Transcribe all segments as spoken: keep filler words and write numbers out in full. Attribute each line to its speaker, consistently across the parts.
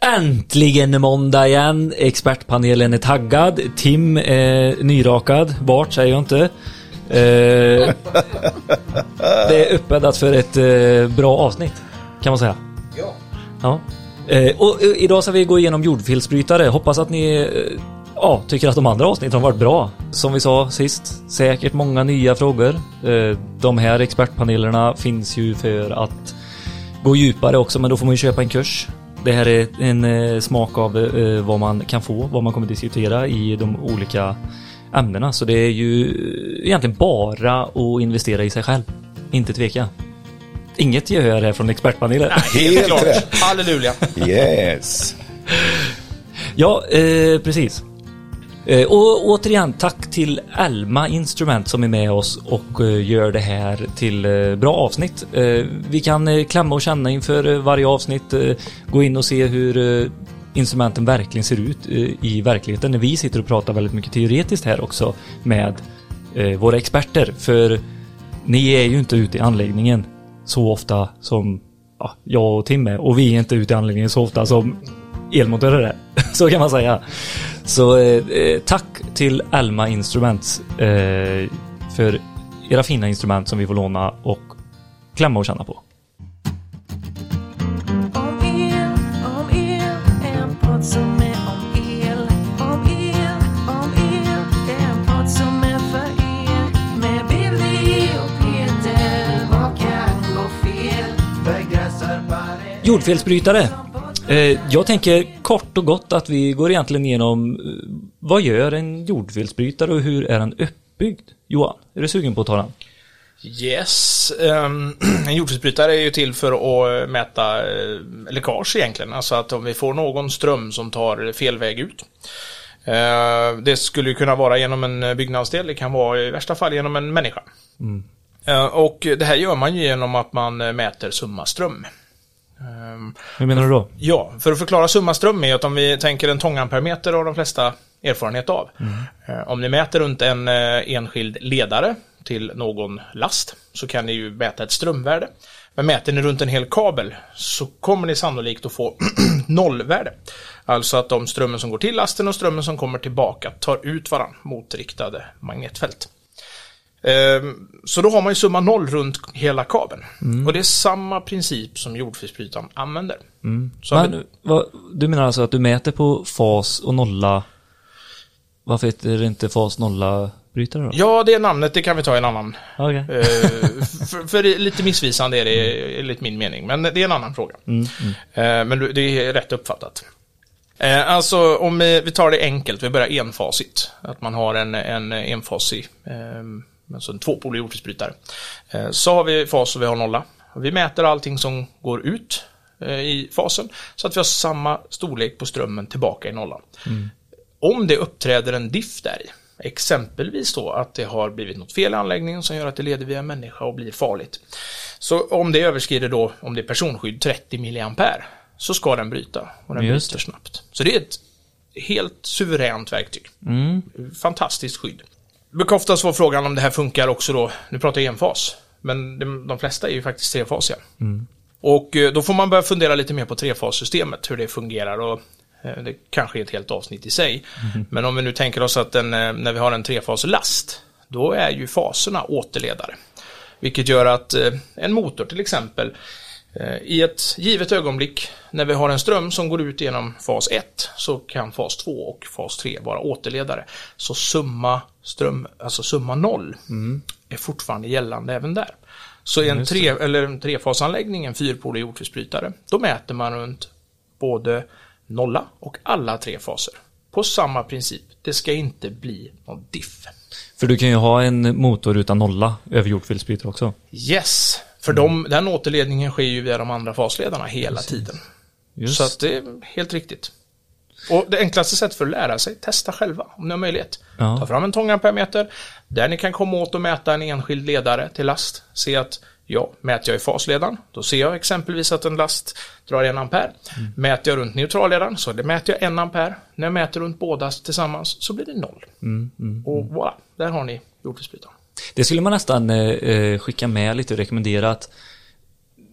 Speaker 1: Äntligen måndag igen. Expertpanelen är taggad. Tim är nyrakad. Bart säger jag inte. Eh, det är uppbäddat för ett eh, bra avsnitt, kan man säga.
Speaker 2: Ja.
Speaker 1: Ja. Eh, och eh, idag ska vi gå igenom jordfelsbrytare. Hoppas att ni eh, ja, tycker att de andra avsnitten har varit bra. Som vi sa sist, säkert många nya frågor. Eh, de här expertpanelerna finns ju för att gå djupare också, men då får man ju köpa en kurs. Det här är en eh, smak av eh, vad man kan få, vad man kommer diskutera i de olika ämnena. Så det är ju egentligen bara att investera i sig själv. Inte tveka. Inget gehör här från expertpanelen.
Speaker 2: Nej, helt klart. Halleluja.
Speaker 3: Yes.
Speaker 1: Ja, eh, precis. Eh, och återigen, tack till Elma Instrument som är med oss och eh, gör det här till eh, bra avsnitt. Eh, vi kan eh, klämma och känna inför eh, varje avsnitt. Eh, gå in och se hur eh, instrumenten verkligen ser ut eh, i verkligheten. När vi sitter och pratar väldigt mycket teoretiskt här också med eh, våra experter. För ni är ju inte ute i anläggningen så ofta som ja, jag och Tim är. Och vi är inte ute i anläggningen så ofta som elmontörer är. Så kan man säga. Så eh, tack till Elma Instruments eh, för era fina instrument som vi får låna och klämma och känna på.
Speaker 4: Om el, om el, en podd som är om el. Om el, om el, det är en podd som är för er. Med Billy och Peter, vad kan gå fel? Begränsar bara
Speaker 1: Jordfelsbrytare. Eh, jag tänker kort och gott att vi går egentligen igenom eh, vad gör en jordfelsbrytare och hur är den uppbyggd? Johan, är du sugen på att ta den?
Speaker 2: Yes. Um, en jordfelsbrytare är ju till för att mäta uh, läckage egentligen. Alltså att om vi får någon ström som tar fel väg ut. Uh, det skulle ju kunna vara genom en byggnadsdel. Det kan vara i värsta fall genom en människa.
Speaker 1: Mm.
Speaker 2: Uh, och det här gör man ju genom att man mäter summa ström. Um,
Speaker 1: Hur menar du då?
Speaker 2: Ja, för att förklara summa ström är att om vi tänker en tångampermeter har de flesta erfarenhet av. Mm. Uh, om ni mäter runt en uh, enskild ledare till någon last så kan ni ju mäta ett strömvärde. Men mäter ni runt en hel kabel så kommer ni sannolikt att få nollvärde. Alltså att de strömmen som går till lasten och strömmen som kommer tillbaka tar ut varann mot riktade magnetfält. Så då har man ju summa noll runt hela kabeln. Mm. Och det är samma princip som jordfelsbrytaren använder.
Speaker 1: Mm. Så Men, vi... vad, du menar alltså att du mäter på fas och nolla? Varför är det inte fas nolla brytare då?
Speaker 2: Ja, det är namnet, det kan vi ta i en annan.
Speaker 1: Okay.
Speaker 2: uh, för, för det är lite missvisande är det enligt min mening. Men det är en annan fråga. Mm. Mm. Uh, men det är rätt uppfattat. Uh, alltså om vi, vi tar det enkelt, vi börjar enfasigt. Att man har en, en enfasig... Um, alltså en tvåpolig jordfelsbrytare. Så har vi fas och vi har nolla. Vi mäter allting som går ut i fasen så att vi har samma storlek på strömmen tillbaka i nollan. Mm. Om det uppträder en diff där i, exempelvis då att det har blivit något fel i anläggningen som gör att det leder via människa och blir farligt. Så om det överskrider då, om det är personskydd trettio milliampere så ska den bryta och den
Speaker 1: Just
Speaker 2: bryter snabbt. Så det är ett helt suveränt verktyg. Mm. Fantastiskt skydd. Det brukar oftast få frågan om det här funkar också då. Nu pratar jag enfas. Men de, de flesta är ju faktiskt trefasiga. Mm. Och då får man börja fundera lite mer på trefassystemet. Hur det fungerar. Och eh, det kanske är ett helt avsnitt i sig. Mm. Men om vi nu tänker oss att den, när vi har en trefaslast. Då är ju faserna återledare. Vilket gör att eh, en motor till exempel. Eh, I ett givet ögonblick. När vi har en ström som går ut genom fas ett. Så kan fas två och fas tre vara återledare. Så summa ström, alltså summa noll mm. är fortfarande gällande även där. Så i en, tre, eller en trefasanläggning, en fyrpolig jordfelsbrytare, då mäter man runt både nolla och alla tre faser. På samma princip. Det ska inte bli någon diff.
Speaker 1: För du kan ju ha en motor utan nolla över jordfelsbrytare också.
Speaker 2: Yes, för mm. de, den återledningen sker ju via de andra fasledarna hela Precis. tiden. Just. Så att det är helt riktigt. Och det enklaste sättet för att lära sig, testa själva om ni har möjlighet. Ja. Ta fram en tångampermeter där ni kan komma åt och mäta en enskild ledare till last. Se att, ja, mäter jag i fasledaren, då ser jag exempelvis att en last drar en ampere. Mm. Mäter jag runt neutralledaren så det mäter jag en ampere. När jag mäter runt båda tillsammans så blir det noll. Mm, mm, och voilà, där har ni jordfelsbrytaren.
Speaker 1: Det skulle man nästan eh, skicka med lite och rekommendera att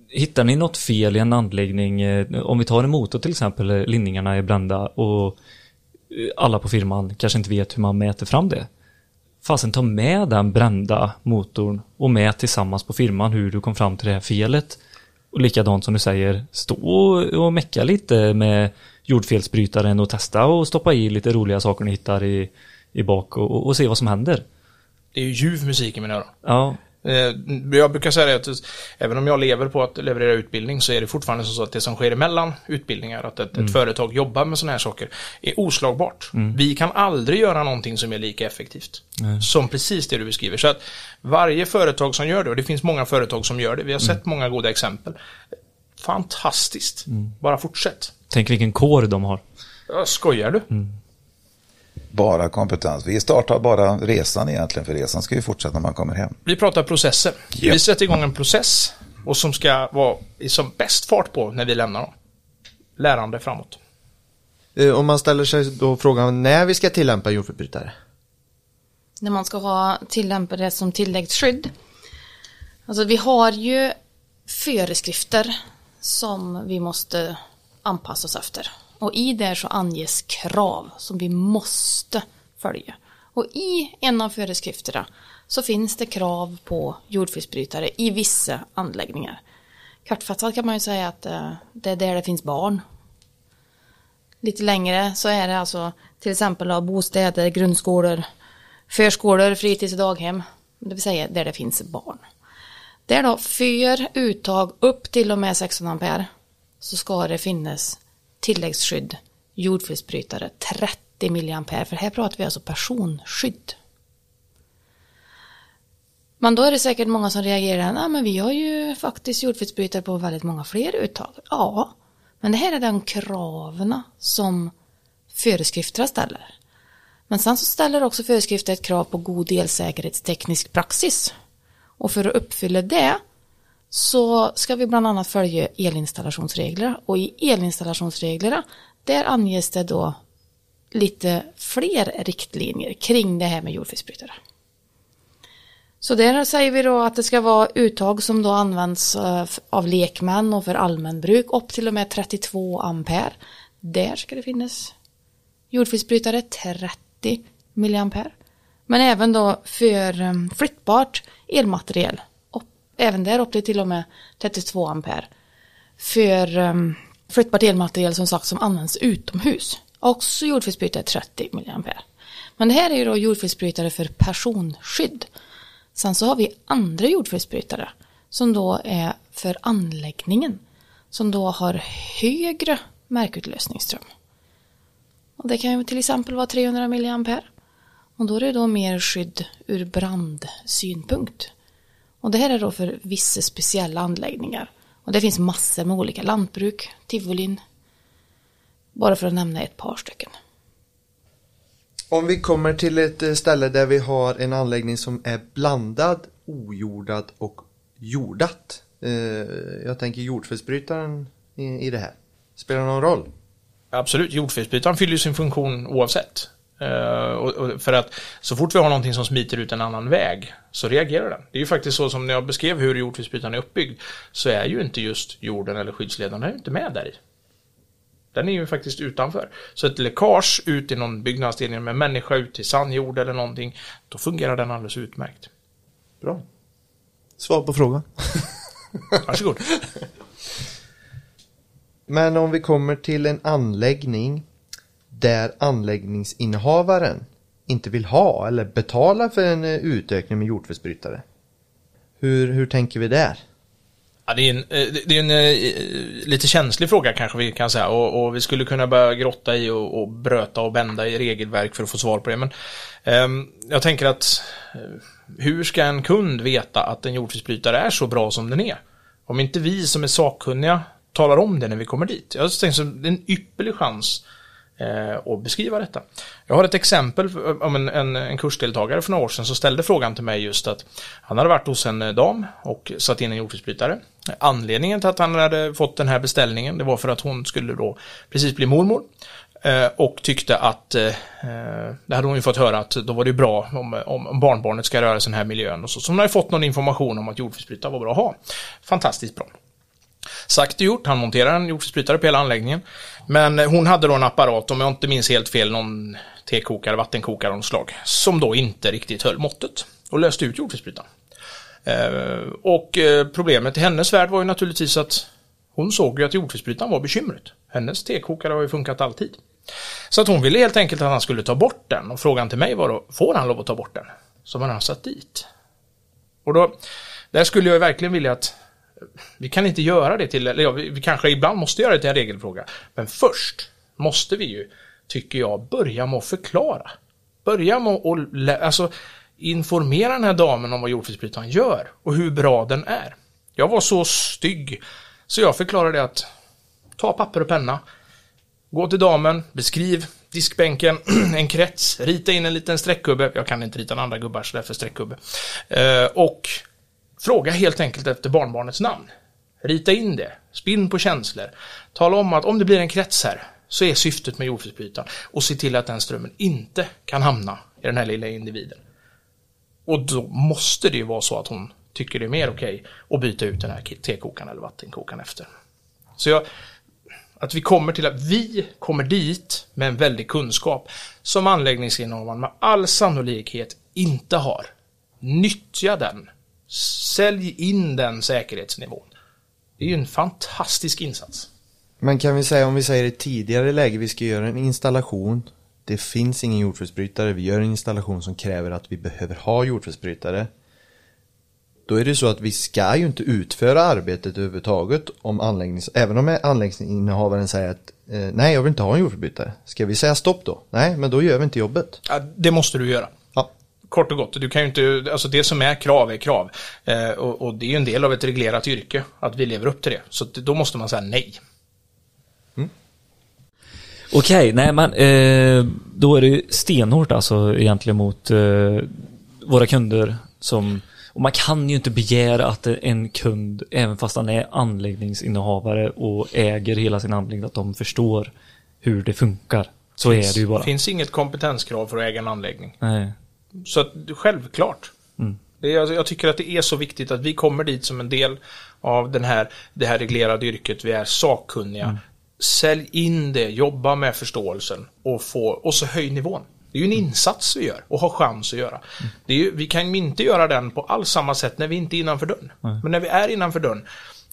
Speaker 1: hittar ni något fel i en anläggning, eh, om vi tar en motor till exempel, eh, linningarna är brända och eh, alla på firman kanske inte vet hur man mäter fram det. Fasen, ta med den brända motorn och mät tillsammans på firman hur du kom fram till det här felet. Och likadant som du säger, stå och mecka lite med jordfelsbrytaren och testa och stoppa i lite roliga saker ni hittar i, i bak och, och se vad som händer.
Speaker 2: Det är ju ljuv musik i mina öron.
Speaker 1: Ja.
Speaker 2: Jag brukar säga att även om jag lever på att leverera utbildning så är det fortfarande så att det som sker emellan utbildningar, att ett, mm. ett företag jobbar med sådana här saker, är oslagbart. Mm. Vi kan aldrig göra någonting som är lika effektivt mm. som precis det du beskriver. Så att varje företag som gör det, och det finns många företag som gör det, vi har sett mm. många goda exempel. Fantastiskt. Mm. Bara fortsätt.
Speaker 1: Tänk vilken kår de har.
Speaker 2: Ja, skojar du? Mm.
Speaker 3: Bara kompetens. Vi startar bara resan egentligen, för resan ska ju fortsätta när man kommer hem.
Speaker 2: Vi pratar processer. Yep. Vi sätter igång en process och som ska vara i som bäst fart på när vi lämnar dem. Lärande framåt.
Speaker 5: Om man ställer sig då frågan när vi ska tillämpa jordfelsbrytare?
Speaker 6: När man ska ha tillämpa det som tilläggsskydd. Alltså vi har ju föreskrifter som vi måste anpassa oss efter. Och i där så anges krav som vi måste följa. Och i en av föreskrifterna så finns det krav på jordfelsbrytare i vissa anläggningar. Kortfattat kan man ju säga att det är där det finns barn. Lite längre så är det alltså till exempel av bostäder, grundskolor, förskolor, fritids- och daghem. Det vill säga där det finns barn. Där då för uttag upp till och med sexton ampere så ska det finnas tilläggsskydd, jordfelsbrytare trettio milliampere, för här pratar vi alltså personskydd. Men då är det säkert många som reagerar, nej men vi har ju faktiskt jordfelsbrytare på väldigt många fler uttag. Ja, men det här är den kraven som föreskrifterna ställer. Men sen så ställer också föreskrifter ett krav på god elsäkerhetsteknisk praxis. Och för att uppfylla det så ska vi bland annat följa elinstallationsregler. Och i elinstallationsreglerna där anges det då lite fler riktlinjer kring det här med jordfelsbrytare. Så där säger vi då att det ska vara uttag som då används av lekmän och för allmän bruk upp till och med trettiotvå ampere. Där ska det finnas jordfelsbrytare trettio milliampere. Men även då för flyttbart elmaterial. Även där upp till till och med trettiotvå ampere. För um, flyttbart elmaterial som sagt som används utomhus. Också jordfelsbrytare trettio milliampere. Men det här är ju då jordfelsbrytare för personskydd. Sen så har vi andra jordfelsbrytare som då är för anläggningen. Som då har högre märkutlösningsström. Och det kan ju till exempel vara trehundra milliampere. Och då är det då mer skydd ur brandsynpunkt. Och det här är då för vissa speciella anläggningar. Och det finns massor med olika lantbruk, tivolin. Bara för att nämna ett par stycken.
Speaker 5: Om vi kommer till ett ställe där vi har en anläggning som är blandad, ojordad och jordat. Jag tänker jordfelsbrytaren i det här. Spelar det någon roll?
Speaker 2: Absolut, jordfelsbrytaren fyller sin funktion oavsett. Uh, och, och för att så fort vi har någonting som smiter ut en annan väg så reagerar den. Det är ju faktiskt så som när jag beskrev hur jordfelsbrytaren är uppbyggd, så är ju inte just jorden eller skyddsledaren är inte med där i. Den är ju faktiskt utanför. Så ett läckage ut i någon byggnadsdelning med människa ut till sandjord eller någonting, då fungerar den alldeles utmärkt.
Speaker 5: Bra. Svar på frågan.
Speaker 2: Varsågod.
Speaker 5: Men om vi kommer till en anläggning där anläggningsinnehavaren inte vill ha eller betala för en utökning med jordfelsbrytare. Hur, hur tänker vi där?
Speaker 2: Ja, det är en, det är en lite känslig fråga kanske vi kan säga, och, och vi skulle kunna börja grotta i och, och bröta och bända i regelverk för att få svar på det. Men eh, jag tänker att hur ska en kund veta att en jordfelsbrytare är så bra som den är? Om inte vi som är sakkunniga talar om det när vi kommer dit. Jag tänker att det är en ypperlig chans och beskriva detta. Jag har ett exempel om en, en, en kursdeltagare för några år sedan som ställde frågan till mig just att han hade varit hos en dam och satt in en jordfelsbrytare. Anledningen till att han hade fått den här beställningen, det var för att hon skulle då precis bli mormor och tyckte att det hade hon ju fått höra att då var det bra om, om barnbarnet ska röra sig i den här miljön och så. Så hon hade fått någon information om att jordfelsbrytare var bra att ha. Fantastiskt bra. Sagt och gjort, han monterade en jordfelsbrytare på hela anläggningen. Men hon hade då en apparat, om jag inte minns helt fel, någon tekokare, vattenkokare av något slag, som då inte riktigt höll måttet och löste ut jordfelsbrytaren. Eh, och eh, problemet i hennes värld var ju naturligtvis att hon såg ju att jordfelsbrytaren var bekymret. Hennes tekokare har ju funkat alltid. Så att hon ville helt enkelt att han skulle ta bort den. Och frågan till mig var då, får han lov att ta bort den? Som han har satt dit. Och då, där skulle jag verkligen vilja att vi kan inte göra det till, eller ja, vi, vi kanske ibland måste göra det till en regelfråga. Men först måste vi ju, tycker jag, börja med att förklara. Börja med att alltså, informera den här damen om vad jordfelsbrytaren gör och hur bra den är. Jag var så stygg så jag förklarade att ta papper och penna, gå till damen, beskriv diskbänken, en krets, rita in en liten streckgubbe. Jag kan inte rita en andra gubbar så därför streckgubbe. Eh, och fråga helt enkelt efter barnbarnets namn. Rita in det, spinn på känslor. Tala om att om det blir en krets här så är syftet med jordfelsbrytaren och se till att den strömmen inte kan hamna i den här lilla individen. Och då måste det ju vara så att hon tycker det är mer okej att byta ut den här tekokaren eller vattenkokaren efter. Så jag, att vi kommer till att vi kommer dit med en väldig kunskap som anläggningsinnehavaren med all sannolikhet inte har. Nyttja den. Sälj in den säkerhetsnivån. Det är ju en fantastisk insats.
Speaker 5: Men kan vi säga, om vi säger i tidigare läge, vi ska göra en installation. Det finns ingen jordfelsbrytare. Vi gör en installation som kräver att vi behöver ha jordfelsbrytare. Då är det så att vi ska ju inte utföra arbetet överhuvudtaget om anläggnings... Även om anläggningsinnehavaren säger att eh, nej, jag vill inte ha en jordfelsbrytare. Ska vi säga stopp då? Nej, men då gör vi inte jobbet.
Speaker 2: Ja, det måste du göra.
Speaker 5: Ja.
Speaker 2: Kort och gott. Du kan ju inte, alltså det som är krav är krav. Eh, och, och det är ju en del av ett reglerat yrke att vi lever upp till det. Så då måste man säga nej.
Speaker 1: Mm. Okej, okay, nej men eh, då är det ju stenhårt alltså egentligen mot eh, våra kunder som... Och man kan ju inte begära att en kund, även fast han är anläggningsinnehavare och äger hela sin anläggning, att de förstår hur det funkar. Så finns, är det ju bara. Det finns inget kompetenskrav för att äga en anläggning. Nej. Så att, självklart. Mm. Det är, alltså, jag tycker att det är så viktigt att vi kommer dit som en del av den här, det här reglerade yrket. Vi är sakkunniga. Mm. Sälj in det, jobba med förståelsen och, få, och så höj nivån. Det är ju en insats vi gör och har chans att göra. Mm. Det är ju, vi kan ju inte göra den på alls samma sätt när vi inte är innanför dörren. Mm. Men när vi är innanför dörren,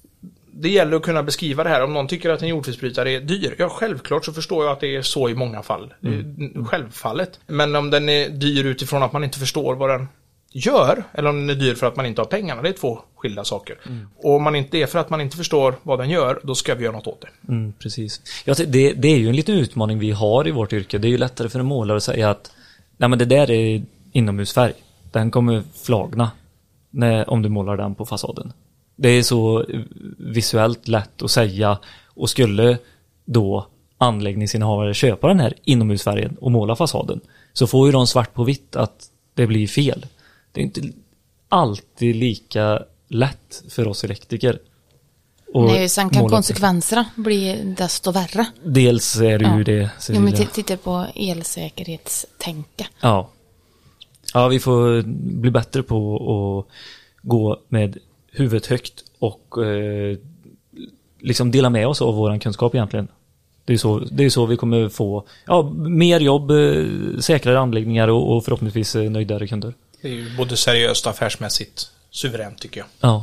Speaker 1: det gäller att kunna beskriva det här. Om någon tycker att en jordfelsbrytare är dyr, ja självklart så förstår jag att det är så i många fall. Mm. Självfallet. Men om den är dyr utifrån att man inte förstår vad den gör, eller om den är dyr för att man inte har pengarna, det är två skilda saker. Mm. Och om man inte är för att man inte förstår vad den gör, då ska vi göra något åt det. Mm, precis. Ja, det, det är ju en liten utmaning vi har i vårt yrke. Det är ju lättare för en målare att säga att nej, men det där är inomhusfärg. Den kommer flagna när, om du målar den på fasaden. Det är så visuellt lätt att säga, och skulle då anläggningsinnehavare köpa den här inomhusfärgen och måla fasaden, så får ju de svart på vitt att det blir fel. Det är inte alltid lika lätt för oss elektriker.
Speaker 6: Nej, sen kan konsekvenserna bli desto värre.
Speaker 1: Dels är det ja. ju det.
Speaker 6: Jo, men titta på elsäkerhetstänka.
Speaker 1: Ja. Ja, vi får bli bättre på att gå med huvudet högt och eh, liksom dela med oss av vår kunskap egentligen. Det är så, det är så vi kommer få ja, mer jobb, eh, säkrare anläggningar och, och förhoppningsvis eh, nöjdare kunder. Det är ju både seriöst och affärsmässigt suveränt tycker jag. Ja.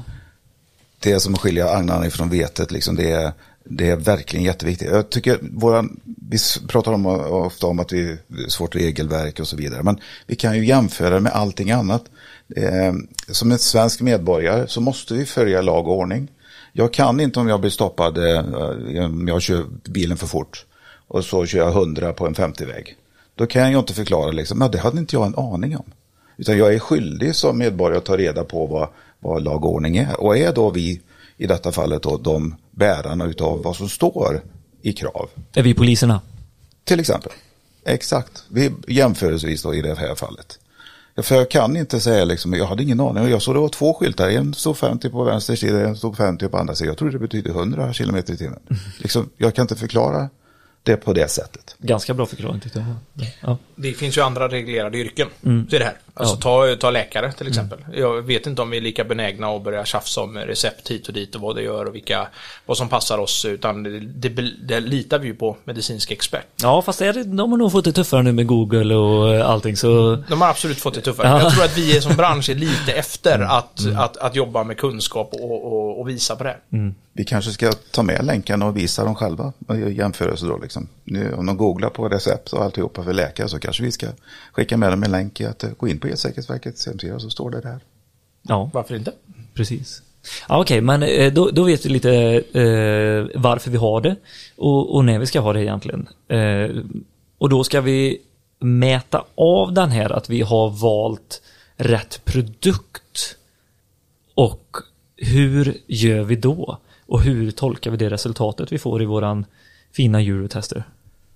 Speaker 3: Det är som att skilja agnarna ifrån vetet. Liksom det, är, det är verkligen jätteviktigt. Jag tycker våran, vi pratar om, ofta om att det är svårt regelverk och så vidare. Men vi kan ju jämföra med allting annat. Eh, som en svensk medborgare så måste vi följa lag och ordning. Jag kan inte om jag blir stoppad eh, om jag kör bilen för fort och så kör jag hundra på en femtio-väg. Då kan jag inte förklara liksom, ja, det hade inte jag en aning om. Utan jag är skyldig som medborgare att ta reda på vad, vad lag och ordning är. Och är då vi i detta fallet då de bärarna utav vad som står i krav.
Speaker 1: Är vi poliserna?
Speaker 3: Till exempel. Exakt. Vi jämförelsevis då i det här fallet. För jag kan inte säga liksom, jag hade ingen aning. Jag såg det var två skyltar. En stod femtio på vänster sida, en stod femtio på andra sidan. Jag trodde det betydde hundra kilometer i timmen. Mm. Liksom, jag kan inte förklara det är på det sättet.
Speaker 1: Ganska bra förklaring tyckte jag. Ja.
Speaker 2: Det finns ju andra reglerade yrken.
Speaker 1: Mm.
Speaker 2: Så är det här. Alltså
Speaker 1: Ja.
Speaker 2: ta, ta läkare till exempel. Mm. Jag vet inte om vi är lika benägna att börja tjafsa om recept hit och dit och vad det gör och vilka, vad som passar oss. Utan det, det, det litar vi ju på medicinsk expert.
Speaker 1: Ja, fast är det, de har nog fått det tuffare nu med Google och allting. Så...
Speaker 2: De har absolut fått det tuffare.
Speaker 1: Ja.
Speaker 2: Jag tror att vi är som bransch är lite efter att, mm. att, att jobba med kunskap och, och, och visa på det.
Speaker 1: Mm.
Speaker 3: Vi kanske ska ta med länkarna och visa dem själva och jämförelse då liksom. Nu, om de googlar på recept och alltihopa för läkare så kanske vi ska skicka med dem en länk i att gå in på Elsäkerhetsverkets hemsida så står det där.
Speaker 1: Ja,
Speaker 2: varför inte?
Speaker 1: Precis. Ja, okej, okay, men eh, då, då vet vi lite eh, varför vi har det och, och när vi ska ha det egentligen. Eh, och då ska vi mäta av den här att vi har valt rätt produkt. Och hur gör vi då? Och hur tolkar vi det resultatet vi får i våran fina Eurotester?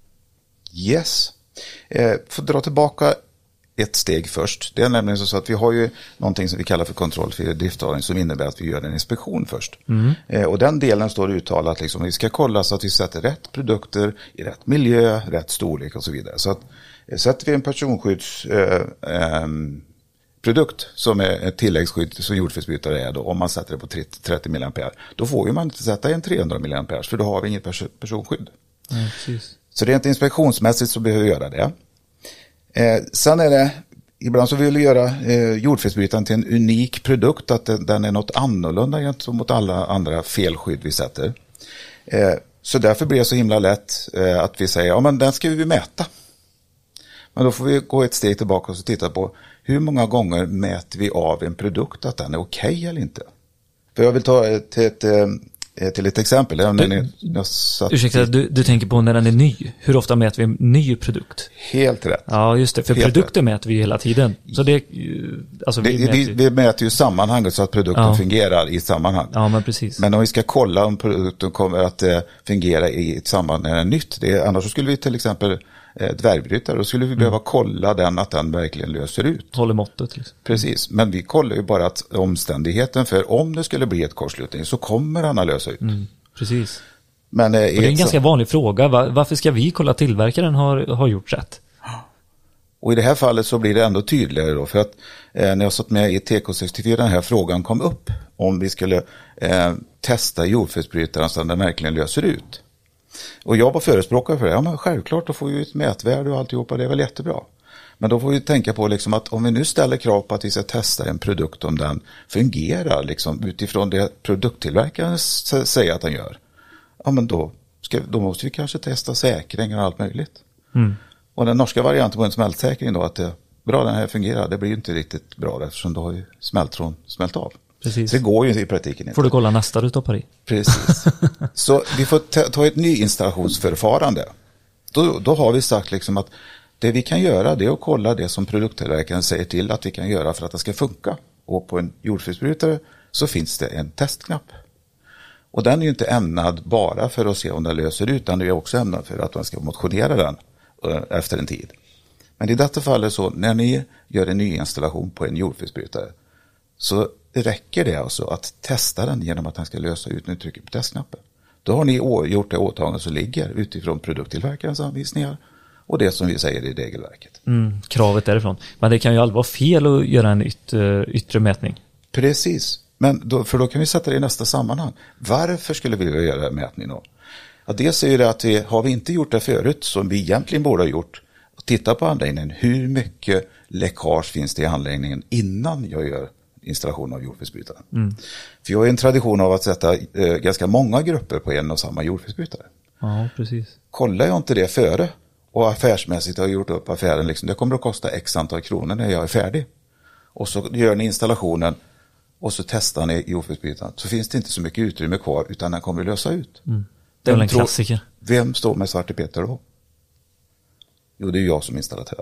Speaker 3: Yes. Eh, får dra tillbaka ett steg först. Det är nämligen så att vi har ju någonting som vi kallar för kontrollfri driftavning som innebär att vi gör en inspektion först. Mm. Eh, och den delen står uttalat liksom vi ska kolla så att vi sätter rätt produkter i rätt miljö, rätt storlek och så vidare. Så att eh, sätter vi en personskydds eh, eh, produkt som är ett tilläggsskydd som jordfelsbrytare är då, om man sätter det på trettio milliampere, då får ju man inte sätta en trehundra milliampere för då har vi inget pers- personskydd.
Speaker 1: Ja, precis.
Speaker 3: Så rent inspektionsmässigt så behöver vi göra det. Eh, sen är det, ibland så vill vi göra eh, jordfelsbrytaren till en unik produkt, att den, den är något annorlunda gentemot alla andra felskydd vi sätter. Eh, så därför blir det så himla lätt eh, att vi säger, ja men den ska vi mäta. Men då får vi gå ett steg tillbaka och titta på hur många gånger mäter vi av en produkt att den är okej okay eller inte. För jag vill ta ett, ett, ett, till ett exempel. Jag,
Speaker 1: du,
Speaker 3: jag satt
Speaker 1: ursäkta, du, du tänker på när den är ny. Hur ofta mäter vi en ny produkt?
Speaker 3: Helt rätt.
Speaker 1: Ja, just det. För
Speaker 3: Helt
Speaker 1: produkter
Speaker 3: rätt.
Speaker 1: mäter vi hela tiden. Så det, alltså vi,
Speaker 3: vi,
Speaker 1: mäter...
Speaker 3: vi, vi mäter ju sammanhanget så att produkten
Speaker 1: ja.
Speaker 3: fungerar i sammanhang.
Speaker 1: Ja, men precis.
Speaker 3: Men om vi ska kolla om produkten kommer att eh, fungera i ett samband när den är nytt. Det, annars så skulle vi till exempel dvärgbrytare, då skulle vi mm. behöva kolla den att den verkligen löser ut.
Speaker 1: Håller måttet. Liksom.
Speaker 3: Precis, men vi kollar ju bara att omständigheten för om det skulle bli ett kortslutning så kommer den att lösa ut.
Speaker 1: Mm. Precis.
Speaker 3: Men, eh,
Speaker 1: det är en så... ganska vanlig fråga. Var, varför ska vi kolla att tillverkaren har, har gjort rätt?
Speaker 3: Och i det här fallet så blir det ändå tydligare då, för att eh, när jag satt med i T K sextiofyra den här frågan kom upp om vi skulle eh, testa jordfelsbrytaren så att den verkligen löser ut. Och jag var förespråkare för det. Ja, men självklart, då får vi ett mätvärde och alltihopa, det är väl jättebra. Men då får vi tänka på liksom att om vi nu ställer krav på att vi ska testa en produkt om den fungerar liksom, utifrån det produkttillverkaren säger att den gör. Ja, men då, ska, då måste vi kanske testa säkringar och allt möjligt. Mm. Och den norska varianten på en smältsäkring då, att det, bra den här fungerar, det blir ju inte riktigt bra eftersom då har ju smältrån smält av.
Speaker 1: Precis.
Speaker 3: Så det går ju i praktiken inte.
Speaker 1: Får du kolla nästa du stoppar i.
Speaker 3: Precis. Så vi får ta, ta ett nyinstallationsförfarande. Då, då har vi sagt liksom att det vi kan göra det är att kolla det som produkttillverkaren säger till att vi kan göra för att det ska funka. Och på en jordfelsbrytare så finns det en testknapp. Och den är ju inte ämnad bara för att se om den löser ut, utan det är också ämnad för att man ska motionera den efter en tid. Men i detta fall så när ni gör en nyinstallation på en jordfelsbrytare så räcker det alltså att testa den genom att den ska lösa ut när du trycker på testknappen. Då har ni gjort det åtagande som ligger utifrån produkttillverkarens anvisningar och det som vi säger i regelverket.
Speaker 1: Mm, kravet därifrån. Men det kan ju aldrig vara fel att göra en yttre, yttre mätning.
Speaker 3: Precis, men då, för då kan vi sätta det i nästa sammanhang. Varför skulle vi vilja göra mätning då? Ja, dels är det att vi, har vi inte gjort det förut som vi egentligen borde ha gjort, och titta på anläggningen, hur mycket läckage finns det i anläggningen innan jag gör installation av jordfelsbrytaren. Mm. För jag har en tradition av att sätta eh, ganska många grupper på en och samma jordfelsbrytare.
Speaker 1: Ja, precis.
Speaker 3: Kollar jag inte det före och affärsmässigt har jag gjort upp affären, liksom, det kommer att kosta x antal kronor när jag är färdig. Och så gör ni installationen och så testar ni jordfelsbrytaren, så finns det inte så mycket utrymme kvar utan den kommer att lösa ut.
Speaker 1: Mm. Det är väl en tror, klassiker.
Speaker 3: Vem står med Svarte Peter då? Jo, det är jag som installatör.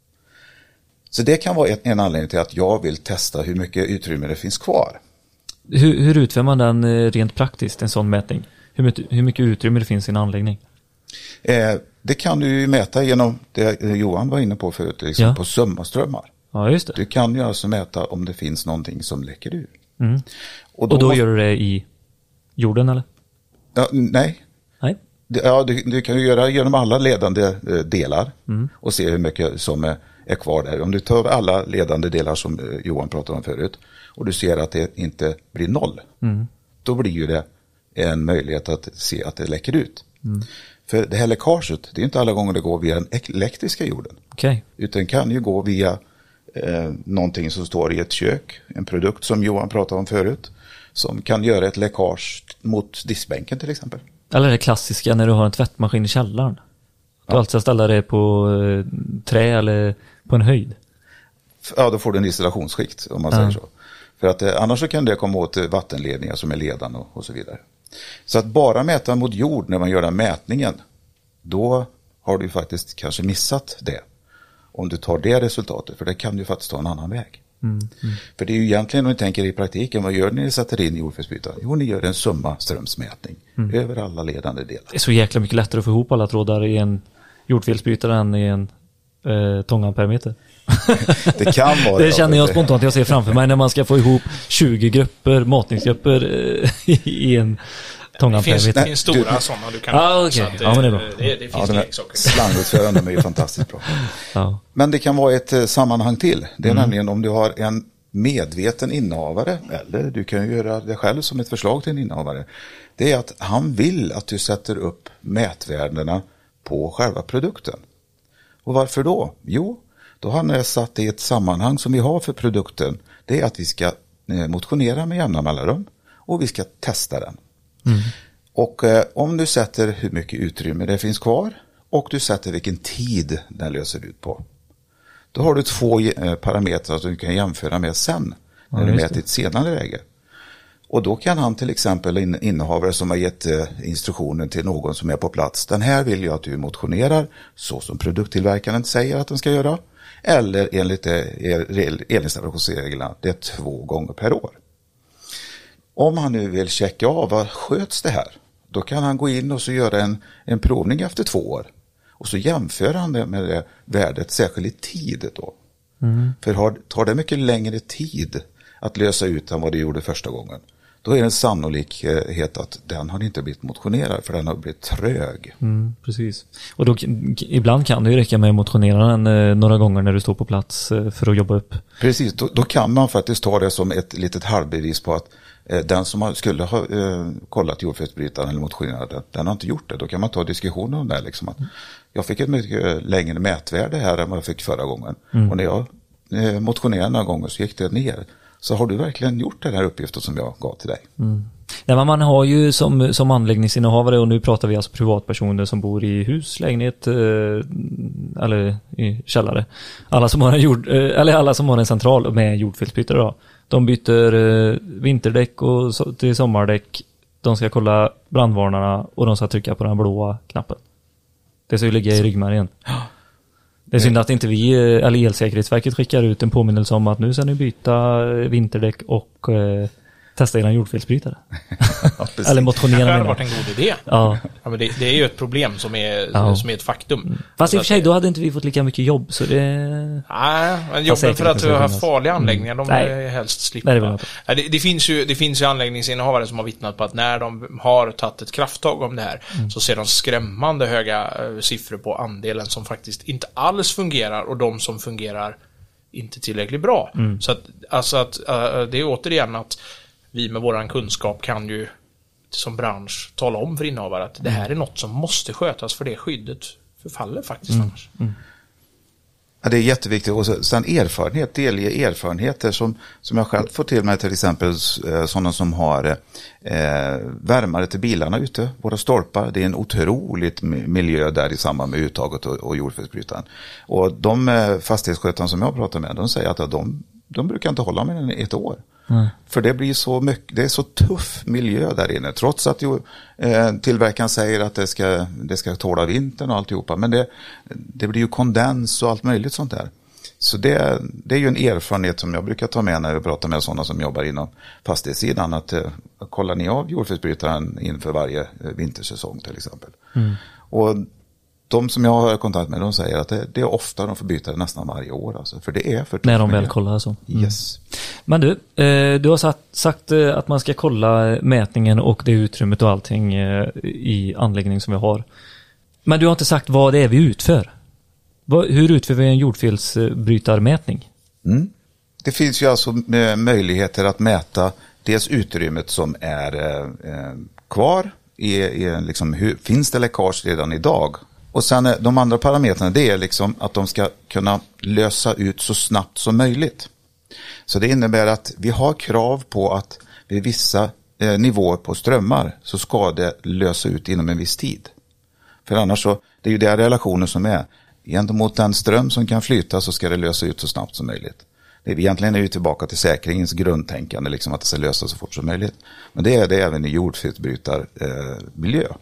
Speaker 3: Så det kan vara en anledning till att jag vill testa hur mycket utrymme det finns kvar.
Speaker 1: Hur, hur utför man den rent praktiskt, en sån mätning? Hur mycket, hur mycket utrymme det finns i en anläggning?
Speaker 3: Eh, det kan du ju mäta genom det Johan var inne på förut, liksom ja. På summaströmmar.
Speaker 1: Ja, just det.
Speaker 3: Du kan ju alltså mäta om det finns någonting som läcker ur.
Speaker 1: Mm. Och då, och då måste... gör du det i jorden, eller?
Speaker 3: Ja, nej.
Speaker 1: Nej.
Speaker 3: Ja, du, du kan ju göra genom alla ledande eh, delar mm. och se hur mycket som är, är kvar där. Om du tar alla ledande delar som eh, Johan pratade om förut och du ser att det inte blir noll, mm. då blir ju det en möjlighet att se att det läcker ut. Mm. För det här läckaget, det är inte alla gånger det går via den elektriska jorden.
Speaker 1: Okay.
Speaker 3: Utan kan ju gå via eh, någonting som står i ett kök, en produkt som Johan pratade om förut, som kan göra ett läckage mot diskbänken till exempel.
Speaker 1: Eller det klassiska när du har en tvättmaskin i källaren. Du ja. alltså ställer det på eh, trä eller på en höjd.
Speaker 3: Ja, då får du en isolationsskikt om man ja. säger så. För att eh, annars så kan det komma åt vattenledningar som är ledan och, och så vidare. Så att bara mäta mot jord när man gör den mätningen, då har du faktiskt kanske missat det. Om du tar det resultatet, för det kan du faktiskt ta en annan väg. Mm, mm. För det är ju egentligen, om ni tänker i praktiken, vad gör ni när ni sätter in jordfelsbrytaren? Jo, ni gör en summa strömsmätning mm. över alla ledande delar.
Speaker 1: Det är så jäkla mycket lättare att få ihop alla trådar i en jordfelsbrytare än i en eh, tångampermeter.
Speaker 3: Det kan vara
Speaker 1: det känner jag spontant, jag ser framför mig när man ska få ihop tjugo grupper, matningsgrupper eh, i en tångampermeter.
Speaker 2: Det finns, det finns stora du, sådana du kan
Speaker 1: ah, okay.
Speaker 2: det,
Speaker 1: ja, men det är bra.
Speaker 2: Det, det finns
Speaker 3: ja,
Speaker 2: leksaker.
Speaker 3: Slangutförande är ju fantastiskt bra. Ja. Men det kan vara ett eh, sammanhang till. Det är mm. nämligen om du har en medveten innehavare, eller du kan göra det själv som ett förslag till en innehavare. Det är att han vill att du sätter upp mätvärdena på själva produkten. Och varför då? Jo, då har han satt det i ett sammanhang som vi har för produkten. Det är att vi ska motionera med jämna mellanrum och vi ska testa den. Mm. Och eh, om du sätter hur mycket utrymme det finns kvar och du sätter vilken tid den löser ut på, då har du två eh, parametrar som du kan jämföra med sen när ja, du mäter ett senare läge. Och då kan han till exempel en innehavare som har gett eh, instruktionen till någon som är på plats. Den här vill jag att du motionerar så som produkttillverkaren säger att den ska göra. Eller enligt elinstallationsreglerna, det är två gånger per år. Om han nu vill checka av vad sköts det här, då kan han gå in och så göra en, en provning efter två år. Och så jämför han det med det värdet särskilt i tid då. Mm. För har, tar det mycket längre tid att lösa ut än vad det gjorde första gången, då är det en sannolikhet att den har inte blivit motionerad för den har blivit trög.
Speaker 1: Mm, precis. Och då, ibland kan det ju räcka med att motionera den eh, några gånger när du står på plats eh, för att jobba upp.
Speaker 3: Precis, då, då kan man faktiskt ta det som ett litet halvbevis på att eh, den som har, skulle ha eh, kollat jordfelsbrytaren eller motionerat den, den har inte gjort det. Då kan man ta diskussioner om det liksom att jag fick ett mycket längre mätvärde här än vad jag fick förra gången. Mm. Och när jag eh, motionerade några gånger så gick det ner. Så har du verkligen gjort den här uppgiften som jag gav till dig? Mm.
Speaker 1: Nej, men man har ju som, som anläggningsinnehavare, och nu pratar vi alltså privatpersoner som bor i hus, lägenhet eh, eller i källare. Alla som har en jord, eh, eller alla som har en central med jordfelsbrytare då. De byter eh, vinterdäck och so- till sommardäck. De ska kolla brandvarnarna och de ska trycka på den blåa knappen. Det ska ju ligga i ryggmärgen. Det är synd att inte vi, eller Elsäkerhetsverket, skickar ut en påminnelse om att nu ska ni byta vinterdäck och eh, testa er jordfelsbrytare. Ja, eller motionera med det.
Speaker 2: Det hade varit en god idé.
Speaker 1: Ja.
Speaker 2: Ja, men det, det är ju ett problem som är,
Speaker 1: ja.
Speaker 2: som är ett faktum. Mm.
Speaker 1: Fast i och för sig, då hade inte vi fått lika mycket jobb. Så det...
Speaker 2: Nej, men jobben för att vi har haft farliga anläggningar, mm. de
Speaker 1: Nej.
Speaker 2: är helst slippa.
Speaker 1: Nej, det,
Speaker 2: ja, det, det, finns ju, det finns ju anläggningsinnehavare som har vittnat på att när de har tagit ett krafttag om det här mm. så ser de skrämmande höga uh, siffror på andelen som faktiskt inte alls fungerar och de som fungerar inte tillräckligt bra. Mm. Så att, alltså att uh, det är återigen att vi med våran kunskap kan ju som bransch tala om för innehavare att det här är något som måste skötas, för det skyddet förfaller faktiskt mm. annars. Mm.
Speaker 3: Ja, det är jätteviktigt. Och sen erfarenhet, delge erfarenheter som, som jag själv får till mig, till exempel sådana som har eh, värmare till bilarna ute, våra stolpar. Det är en otroligt miljö där i samband med uttaget och, och jordfelsbrytaren. Och de eh, fastighetsskötare som jag pratar med, de säger att de, de brukar inte hålla med ett år. Mm. För det blir så mycket, det är så tuff miljö där inne, trots att ju, eh, tillverkaren säger att det ska, det ska tåla vintern och alltihopa, men det, det blir ju kondens och allt möjligt sånt där. Så det, det är ju en erfarenhet som jag brukar ta med när jag pratar med sådana som jobbar inom fastighetssidan, att eh, kollar ni av jordfelsbrytaren inför varje eh, vintersäsong till exempel. Mm. Och de som jag har kontakt med, de säger att det, det är ofta de får byta det nästan varje år. Alltså, för det är för
Speaker 1: när de väl kollar så.
Speaker 3: Mm. Yes.
Speaker 1: Men du, eh, du har sagt, sagt eh, att man ska kolla mätningen och det utrymmet och allting eh, i anläggningen som vi har. Men du har inte sagt vad det är vi utför. Vad, hur utför vi en jordfelsbrytarmätning?
Speaker 3: Mm. Det finns ju alltså möjligheter att mäta dels utrymmet som är eh, kvar. I, i liksom, hur, finns det läckage redan idag? Och sen de andra parametrarna, det är liksom att de ska kunna lösa ut så snabbt som möjligt. Så det innebär att vi har krav på att vid vissa eh, nivåer på strömmar så ska det lösa ut inom en viss tid. För annars så, det är ju den relationen som är. Gentemot den ström som kan flyta så ska det lösa ut så snabbt som möjligt. Det är, egentligen är vi tillbaka till säkringens grundtänkande, liksom att det ska lösa så fort som möjligt. Men det är det även i jordfelsbrytarmiljö. Eh,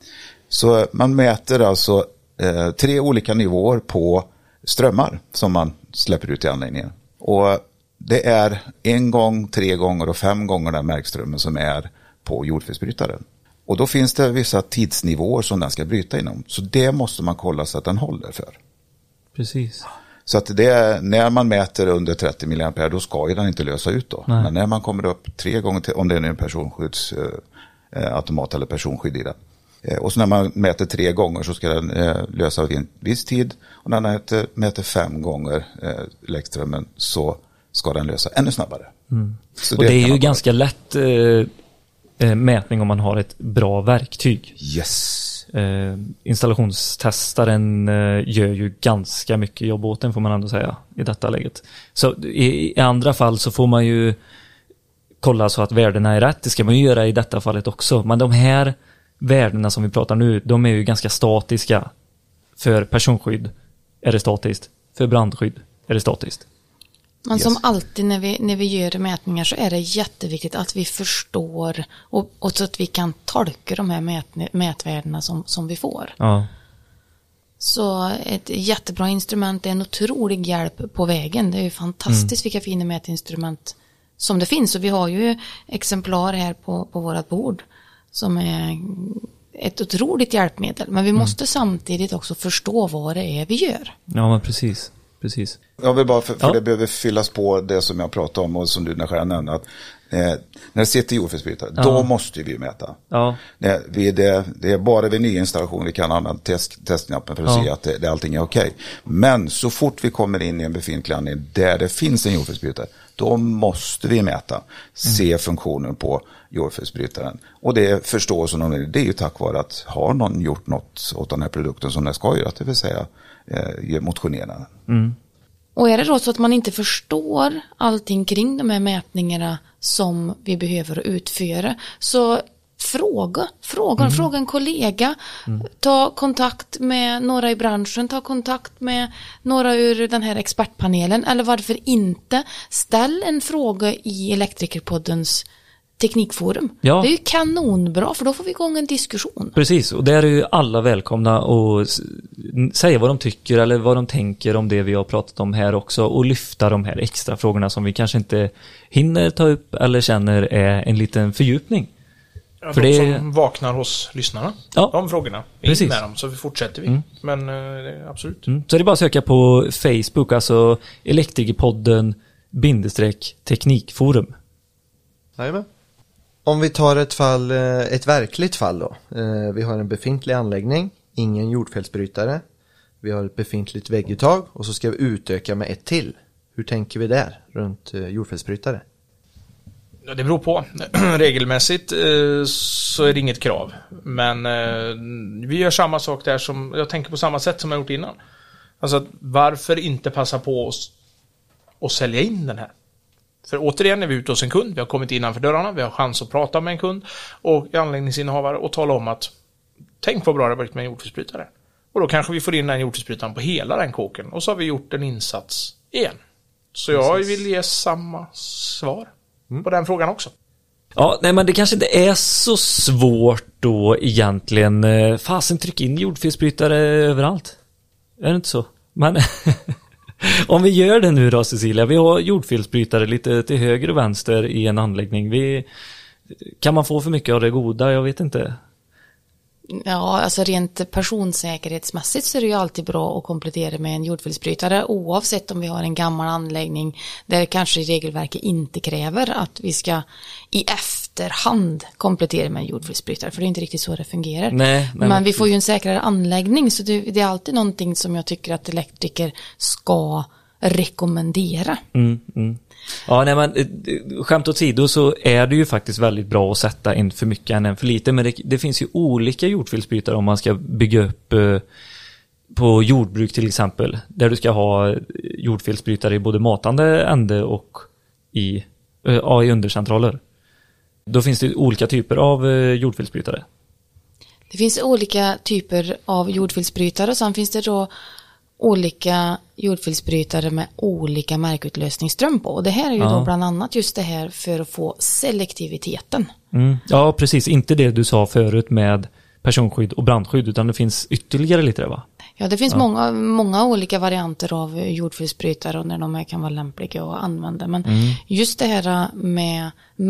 Speaker 3: så man mäter alltså eh, tre olika nivåer på strömmar som man släpper ut i anläggningen. Och det är en gång, tre gånger och fem gånger den märkströmmen som är på jordfelsbrytaren. Och då finns det vissa tidsnivåer som den ska bryta inom. Så det måste man kolla så att den håller för.
Speaker 1: Precis.
Speaker 3: Så att det är, när man mäter under trettio milliampere då ska ju den inte lösa ut då. Nej. Men när man kommer upp tre gånger till, om det är en personskyddsautomat eh, eller personskydd i den. Eh, och så när man mäter tre gånger så ska den eh, lösa vid en viss tid. Och när man mäter, mäter fem gånger eh, läckströmmen så ska den lösa ännu snabbare.
Speaker 1: Mm. Så och det, det är ju ganska lätt eh, mätning om man har ett bra verktyg.
Speaker 3: Yes.
Speaker 1: Eh, installationstestaren eh, gör ju ganska mycket jobb åt den får man ändå säga i detta läget. Så i, i andra fall så får man ju kolla så att värdena är rätt. Det ska man ju göra i detta fallet också. Men de här värdena som vi pratar nu, de är ju ganska statiska. För personskydd är det statiskt. För brandskydd är det statiskt.
Speaker 6: Men
Speaker 3: Yes.
Speaker 6: som alltid när vi, när vi gör mätningar så är det jätteviktigt att vi förstår och, och så att vi kan tolka de här mät, mätvärdena som, som vi får.
Speaker 1: Ja.
Speaker 6: Så ett jättebra instrument är en otrolig hjälp på vägen. Det är ju fantastiskt mm. vilka fina mätinstrument som det finns. Och vi har ju exemplar här på, på vårat bord som är ett otroligt hjälpmedel. Men vi mm. måste samtidigt också förstå vad det är vi gör.
Speaker 1: Ja, men precis. Precis.
Speaker 3: Jag vill bara, för, för
Speaker 1: ja.
Speaker 3: det behöver fyllas på det som jag pratade om och som du när nämnde att eh, när det sitter jordfelsbrytare, ja. då måste vi mäta.
Speaker 1: Ja.
Speaker 3: Det, vi, det, det är bara vid nyinstallation vi kan använda test, testknappen för att ja. se att det, det, allting är okej. Okay. Men så fort vi kommer in i en befintlig anläggning där det finns en jordfelsbrytare, då måste vi mäta, mm. se funktionen på jordfelsbrytaren. Och det förståelsen om det, det är ju tack vare att har någon gjort något åt den här produkten som den ska göra, det vill säga eh, motionera.
Speaker 1: Mm.
Speaker 6: Och är det då så att man inte förstår allting kring de här mätningarna som vi behöver utföra, så fråga, fråga, mm. fråga en kollega, mm. ta kontakt med några i branschen, ta kontakt med några ur den här expertpanelen, eller varför inte ställ en fråga i Elektrikerpoddens teknikforum.
Speaker 1: Ja.
Speaker 6: Det är ju kanonbra, för då får vi igång en diskussion.
Speaker 1: Precis, och där är ju alla välkomna att säga vad de tycker eller vad de tänker om det vi har pratat om här också, och lyfta de här extra frågorna som vi kanske inte hinner ta upp eller känner är en liten fördjupning.
Speaker 2: Ja,
Speaker 1: för
Speaker 2: de
Speaker 1: det
Speaker 2: som vaknar hos lyssnarna.
Speaker 1: Ja.
Speaker 2: De frågorna.
Speaker 1: Precis.
Speaker 2: In med dem, så vi fortsätter vi.
Speaker 1: Mm.
Speaker 2: Men eh, absolut.
Speaker 1: Mm. Så det är bara att söka på Facebook, alltså Elektrikerpodden bindestreck teknikforum.
Speaker 5: Jajamän. Om vi tar ett fall, ett verkligt fall då. Vi har en befintlig anläggning, ingen jordfelsbrytare. Vi har ett befintligt vägguttag och så ska vi utöka med ett till. Hur tänker vi där runt jordfelsbrytare?
Speaker 2: Ja, det beror på. Regelmässigt så är det inget krav. Men vi gör samma sak där som, jag tänker på samma sätt som jag gjort innan. Alltså varför inte passa på oss och sälja in den här? För återigen är vi ute hos en kund, vi har kommit innanför dörrarna, vi har chans att prata med en kund och anläggningsinnehavare och tala om att tänk vad bra det har varit med en jordfelsbrytare. Och då kanske vi får in den jordfelsbrytaren på hela den kåken och så har vi gjort en insats igen. Så jag Precis. vill ge samma svar mm. på den frågan också.
Speaker 1: Ja, nej men det kanske inte är så svårt då egentligen. Fasen, tryck in jordfelsbrytare överallt. Är det inte så? Men om vi gör det nu då, Cecilia, vi har jordfelsbrytare lite till höger och vänster i en anläggning. Vi, kan man få för mycket av det goda? Jag vet inte.
Speaker 6: Ja, alltså rent personsäkerhetsmässigt så är det ju alltid bra att komplettera med en jordfelsbrytare, oavsett om vi har en gammal anläggning där kanske regelverket inte kräver att vi ska i efterhand komplettera med en jordfelsbrytare, för det är inte riktigt så det fungerar.
Speaker 1: Nej, nej,
Speaker 6: men vi får ju en säkrare anläggning, så det, det är alltid någonting som jag tycker att elektriker ska rekommendera.
Speaker 1: Mm, mm. Ja, nej, men eh, skämt åsido så är det ju faktiskt väldigt bra att sätta en för mycket än en för lite, men det, det finns ju olika jordfelsbrytare om man ska bygga upp eh, på jordbruk till exempel, där du ska ha jordfelsbrytare i både matande ände och i, eh, ja, i undercentraler. Då finns det olika typer av eh, jordfelsbrytare.
Speaker 6: Det finns olika typer av jordfelsbrytare, och sen finns det då olika jordfelsbrytare med olika markutlösningsström på. Och det här är ju
Speaker 1: Ja.
Speaker 6: då bland annat just det här för att få selektiviteten.
Speaker 1: Mm. Ja, precis. Inte det du sa förut med personskydd och brandskydd, utan det finns ytterligare lite där, va?
Speaker 6: Ja, det finns många, många olika varianter av jordfelsbrytare och när de här kan vara lämpliga att använda. Men
Speaker 1: Mm.
Speaker 6: just det här med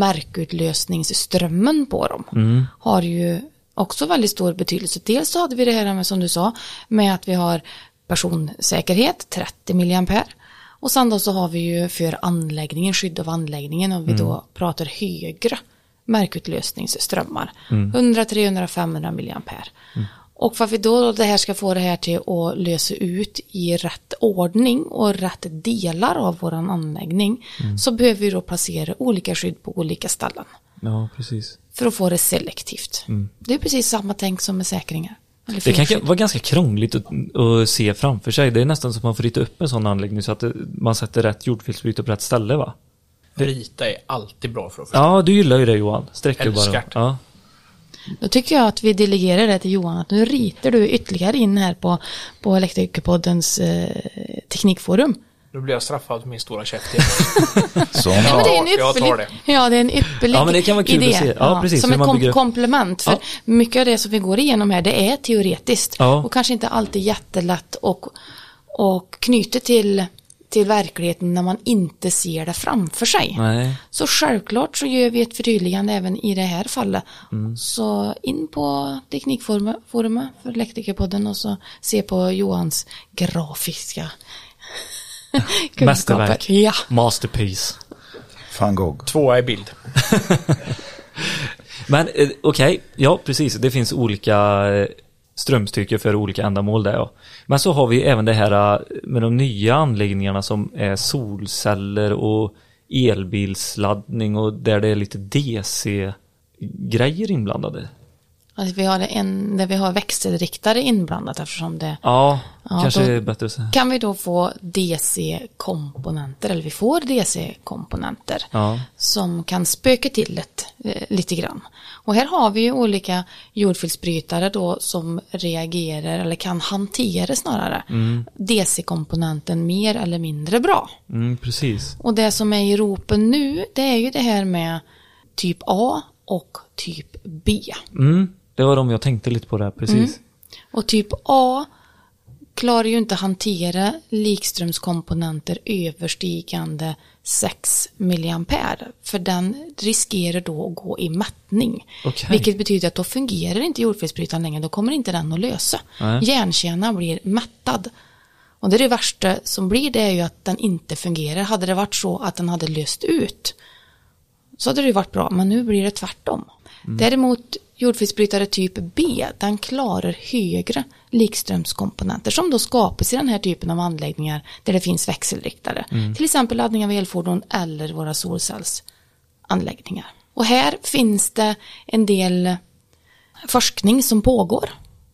Speaker 6: markutlösningsströmmen på dem
Speaker 1: Mm.
Speaker 6: har ju också väldigt stor betydelse. Dels så hade vi det här med, som du sa, med att vi har personsäkerhet, trettio milliampere. Och sen då så har vi ju för anläggningen, skydd av anläggningen, och vi
Speaker 1: Mm.
Speaker 6: då pratar högre markutlösningsströmmar. hundra, trehundra, femhundra milliampere.
Speaker 1: Mm.
Speaker 6: Och för att vi då det här ska få det här till att lösa ut i rätt ordning och rätt delar av våran anläggning,
Speaker 1: Mm.
Speaker 6: så behöver vi då placera olika skydd på olika ställen
Speaker 1: Ja, precis.
Speaker 6: för att få det selektivt. Det är precis samma tänk som med säkringar. Eller
Speaker 1: Det kan
Speaker 6: felskydd.
Speaker 1: vara ganska krångligt att, att se framför sig. Det är nästan som att man får rita upp en sån anläggning så att det, man sätter rätt jordfelsbrytare på rätt ställe, va?
Speaker 2: Rita är alltid bra för att förstå.
Speaker 1: Ja, du gillar ju det, Johan. Sträcker bara.
Speaker 2: Älskar det.
Speaker 1: Ja.
Speaker 6: Då tycker jag att vi delegerar det till Johan, att nu ritar du ytterligare in här på, på Elektrikerpoddens eh, teknikforum.
Speaker 2: Nu blir jag straffad för min stora käft igen.
Speaker 3: Så,
Speaker 6: Ja, men det är en
Speaker 2: Ja, jag tar
Speaker 6: ypperlig,
Speaker 2: det.
Speaker 6: ja, det är en ypperlig
Speaker 1: Ja, men det kan vara kul
Speaker 6: idé.
Speaker 1: att se. Ja, precis,
Speaker 6: som
Speaker 1: hur
Speaker 6: ett
Speaker 1: man
Speaker 6: kom-
Speaker 1: bygger upp.
Speaker 6: komplement. För
Speaker 1: Ja.
Speaker 6: mycket av det som vi går igenom här, det är teoretiskt.
Speaker 1: Ja.
Speaker 6: Och kanske inte alltid jättelätt och, och knyter till, till verkligheten när man inte ser det framför sig.
Speaker 1: Nej.
Speaker 6: Så självklart så gör vi ett förtydligande även i det här fallet.
Speaker 1: Mm.
Speaker 6: Så in på Teknikforumet för Elektrikerpodden och så se på Johans grafiska kunskaper.
Speaker 1: Mästerverk.
Speaker 6: Ja.
Speaker 1: Masterpiece.
Speaker 3: van Gogh.
Speaker 2: Tvåa i bild.
Speaker 1: Men eh, okej, ja precis. Det finns olika eh, strömstyrkor för olika ändamål där, ja. Men så har vi även det här eh, med de nya anläggningarna som är solceller och elbilsladdning och där det är lite D C-grejer inblandade.
Speaker 6: Alltså vi har en där vi har växelriktare inblandat eftersom det
Speaker 1: Ja,
Speaker 6: Ja,
Speaker 1: kanske
Speaker 6: då-
Speaker 1: är bättre att säga.
Speaker 6: kan vi då få D C-komponenter, eller vi får D C-komponenter
Speaker 1: Ja.
Speaker 6: som kan spöka till det eh, lite grann. Och här har vi ju olika jordfelsbrytare då som reagerar eller kan hantera snarare D C-komponenten mer eller mindre bra.
Speaker 1: Mm, precis.
Speaker 6: Och det som är i ropen nu, det är ju det här med typ A och typ B.
Speaker 1: Mm, det var de jag tänkte lite på där, precis.
Speaker 6: Och typ A klarar ju inte hantera likströmskomponenter överstigande sex milliampere. För den riskerar då att gå i mättning.
Speaker 1: Okej.
Speaker 6: Vilket betyder att då fungerar inte jordfelsbrytaren längre. Då kommer inte den att lösa.
Speaker 1: Nej.
Speaker 6: Järnkärnan blir mättad. Och det är det värsta som blir, det är ju att den inte fungerar. Hade det varit så att den hade löst ut så hade det ju varit bra, men nu blir det tvärtom. Däremot jordfelsbrytare typ B, den klarar högre likströmskomponenter som då skapas i den här typen av anläggningar där det finns växelriktare. Till exempel laddning av elfordon eller våra solcellsanläggningar. Och här finns det en del forskning som pågår.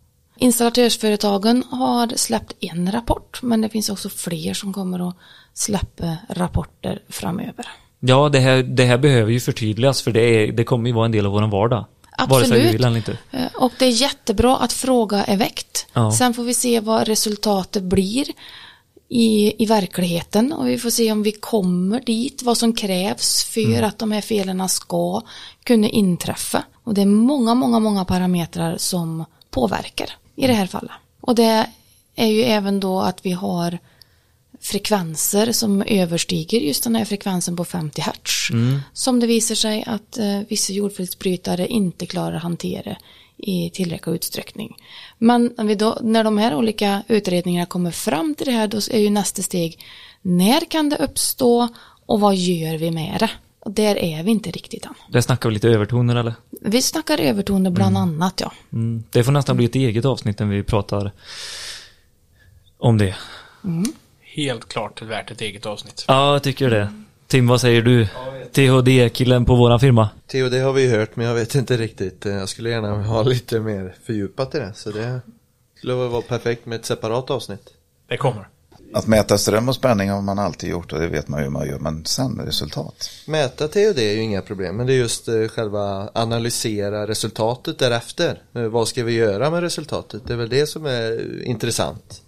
Speaker 6: Installatörsföretagen har släppt en rapport, men det finns också fler som kommer att släppa rapporter framöver.
Speaker 1: Ja, det här, det här behöver ju förtydligas för det, är, det kommer ju vara en del av vår vardag. Vare sig vi
Speaker 6: Absolut.
Speaker 1: vill eller inte.
Speaker 6: Eh, Och det är jättebra att fråga är väckt.
Speaker 1: Ja.
Speaker 6: Sen får vi se vad resultatet blir i, i verkligheten. Och vi får se om vi kommer dit, vad som krävs för
Speaker 1: Mm.
Speaker 6: att de här felerna ska kunna inträffa. Och det är många, många, många parametrar som påverkar i det här fallet. Och det är ju även då att vi har frekvenser som överstiger just den här frekvensen på femtio hertz. Som det visar sig att eh, vissa jordfelsbrytare inte klarar att hantera i tillräcklig utsträckning. Men när, vi då, när de här olika utredningarna kommer fram till det här, då är ju nästa steg, när kan det uppstå och vad gör vi med det? Och där är vi inte riktigt än.
Speaker 1: Det snackar vi lite övertoner eller?
Speaker 6: Vi snackar övertoner bland mm. annat, ja.
Speaker 1: Mm. Det får nästan bli ett eget avsnitt när vi pratar om det.
Speaker 6: Mm.
Speaker 2: Helt klart värt ett eget avsnitt.
Speaker 1: Ja, jag tycker det. Tim, vad säger du? T H D-killen på våran firma.
Speaker 5: T H D har vi ju hört, men jag vet inte riktigt. Jag skulle gärna ha lite mer fördjupat i det. Så det skulle vara perfekt med ett separat avsnitt.
Speaker 2: Det kommer.
Speaker 3: Att mäta ström och spänning har man alltid gjort och det vet man ju hur man gör. Men sen resultat.
Speaker 5: Mäta T H D är ju inga problem. Men det är just eh, själva analysera resultatet därefter. Eh, vad ska vi göra med resultatet? Det är väl det som är intressant.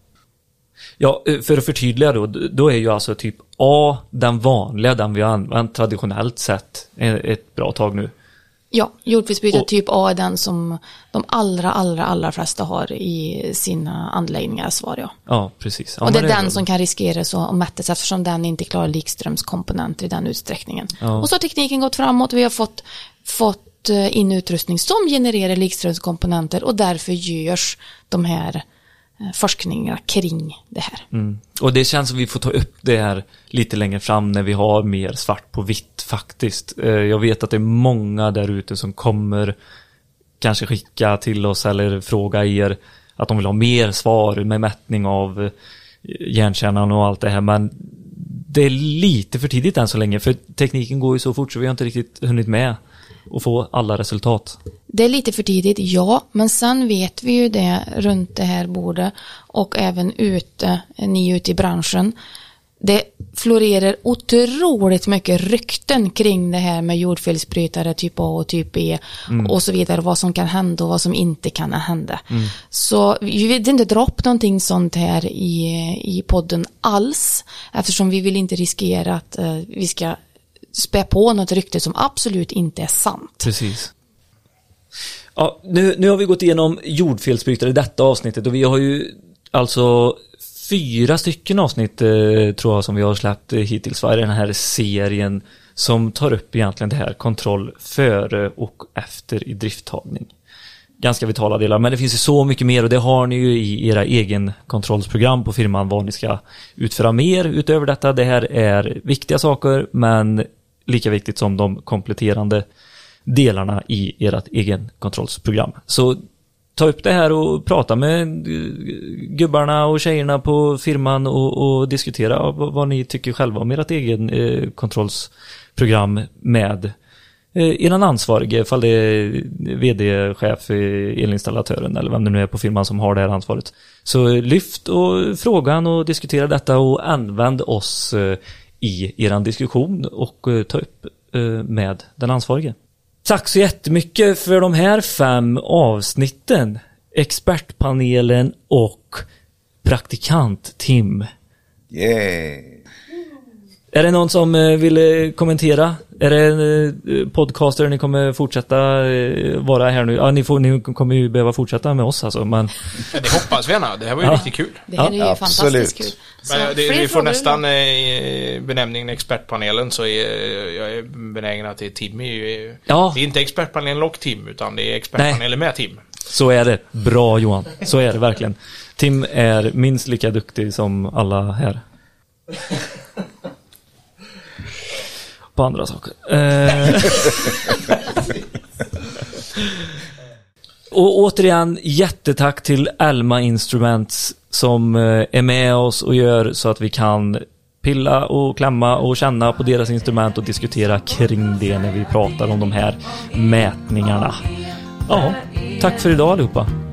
Speaker 1: Ja, för att förtydliga då, då är ju alltså typ A den vanliga, den vi har använt traditionellt sett ett bra tag nu.
Speaker 6: Ja, jordfelsbrytare typ A är den som de allra, allra, allra flesta har i sina anläggningar, svar jag.
Speaker 1: Ja, precis. Ja,
Speaker 6: och det är
Speaker 1: det
Speaker 6: den
Speaker 1: är
Speaker 6: som kan riskera så att mätas eftersom den inte klarar likströmskomponenter i den utsträckningen. Ja. Och så har tekniken gått framåt och vi har fått, fått in utrustning som genererar likströmskomponenter och därför görs de här forskningar kring det här.
Speaker 1: Mm. Och det känns som vi får ta upp det här lite längre fram när vi har mer svart på vitt faktiskt. Jag vet att det är många där ute som kommer kanske skicka till oss eller fråga er att de vill ha mer svar med mätning av hjärnkärnan och allt det här, men det är lite för tidigt än så länge för tekniken går ju så fort så vi har inte riktigt hunnit med och få alla resultat.
Speaker 6: Det är lite för tidigt, ja, men sen vet vi ju det runt det här bordet och även ute, ni ute i branschen. Det florerar otroligt mycket rykten kring det här med jordfelsbrytare typ A och typ B mm. och så vidare, vad som kan hända och vad som inte kan hända. Mm. Så vi vill inte dra upp någonting sånt här i, i podden alls, eftersom vi vill inte riskera att uh, vi ska spä på något rykte som absolut inte är sant.
Speaker 1: Precis. Ja, nu, nu har vi gått igenom jordfelsbrytare i detta avsnittet och vi har ju alltså fyra stycken avsnitt eh, tror jag som vi har släppt eh, hittills i den här serien som tar upp egentligen det här kontroll före och efter i drifttagning. Ganska vitala delar, men det finns ju så mycket mer och det har ni ju i era egen kontrollsprogram på firman vad ni ska utföra mer utöver detta. Det här är viktiga saker men lika viktigt som de kompletterande delarna i ert egen kontrollsprogram. Så ta upp det här och prata med gubbarna och tjejerna på firman och, och diskutera vad, vad ni tycker själva om ert egen eh, kontrollsprogram med eh, eran ansvarige, ifall det är vd-chef, elinstallatören eller vem det nu är på firman som har det här ansvaret. Så lyft och frågan och diskutera detta och använd oss eh, i eran diskussion och eh, ta upp eh, med den ansvarige. Tack så jättemycket för de här fem avsnitten. Expertpanelen och praktikant Tim.
Speaker 3: Yeah.
Speaker 1: Är det någon som vill kommentera? Är det en podcaster ni kommer fortsätta vara här nu? Ja, ni, får, ni kommer ju behöva fortsätta med oss alltså. Men...
Speaker 2: Ja, det hoppas vi gärna. Det här var ju ja. riktigt kul.
Speaker 6: Det här är ju
Speaker 3: ja,
Speaker 6: fantastiskt kul.
Speaker 2: Så men det, vi får nästan i benämningen expertpanelen så är jag är benägen att det är Tim. Är, ja. Det är inte expertpanelen och Tim utan det är expertpanelen med Tim.
Speaker 1: Så är det. Bra Johan. Så är det verkligen. Tim är minst lika duktig som alla här. På andra saker. Eh. Och återigen jättetack till Alma Instruments som är med oss och gör så att vi kan pilla och klämma och känna på deras instrument och diskutera kring det när vi pratar om de här mätningarna. Ja, tack för idag allihopa.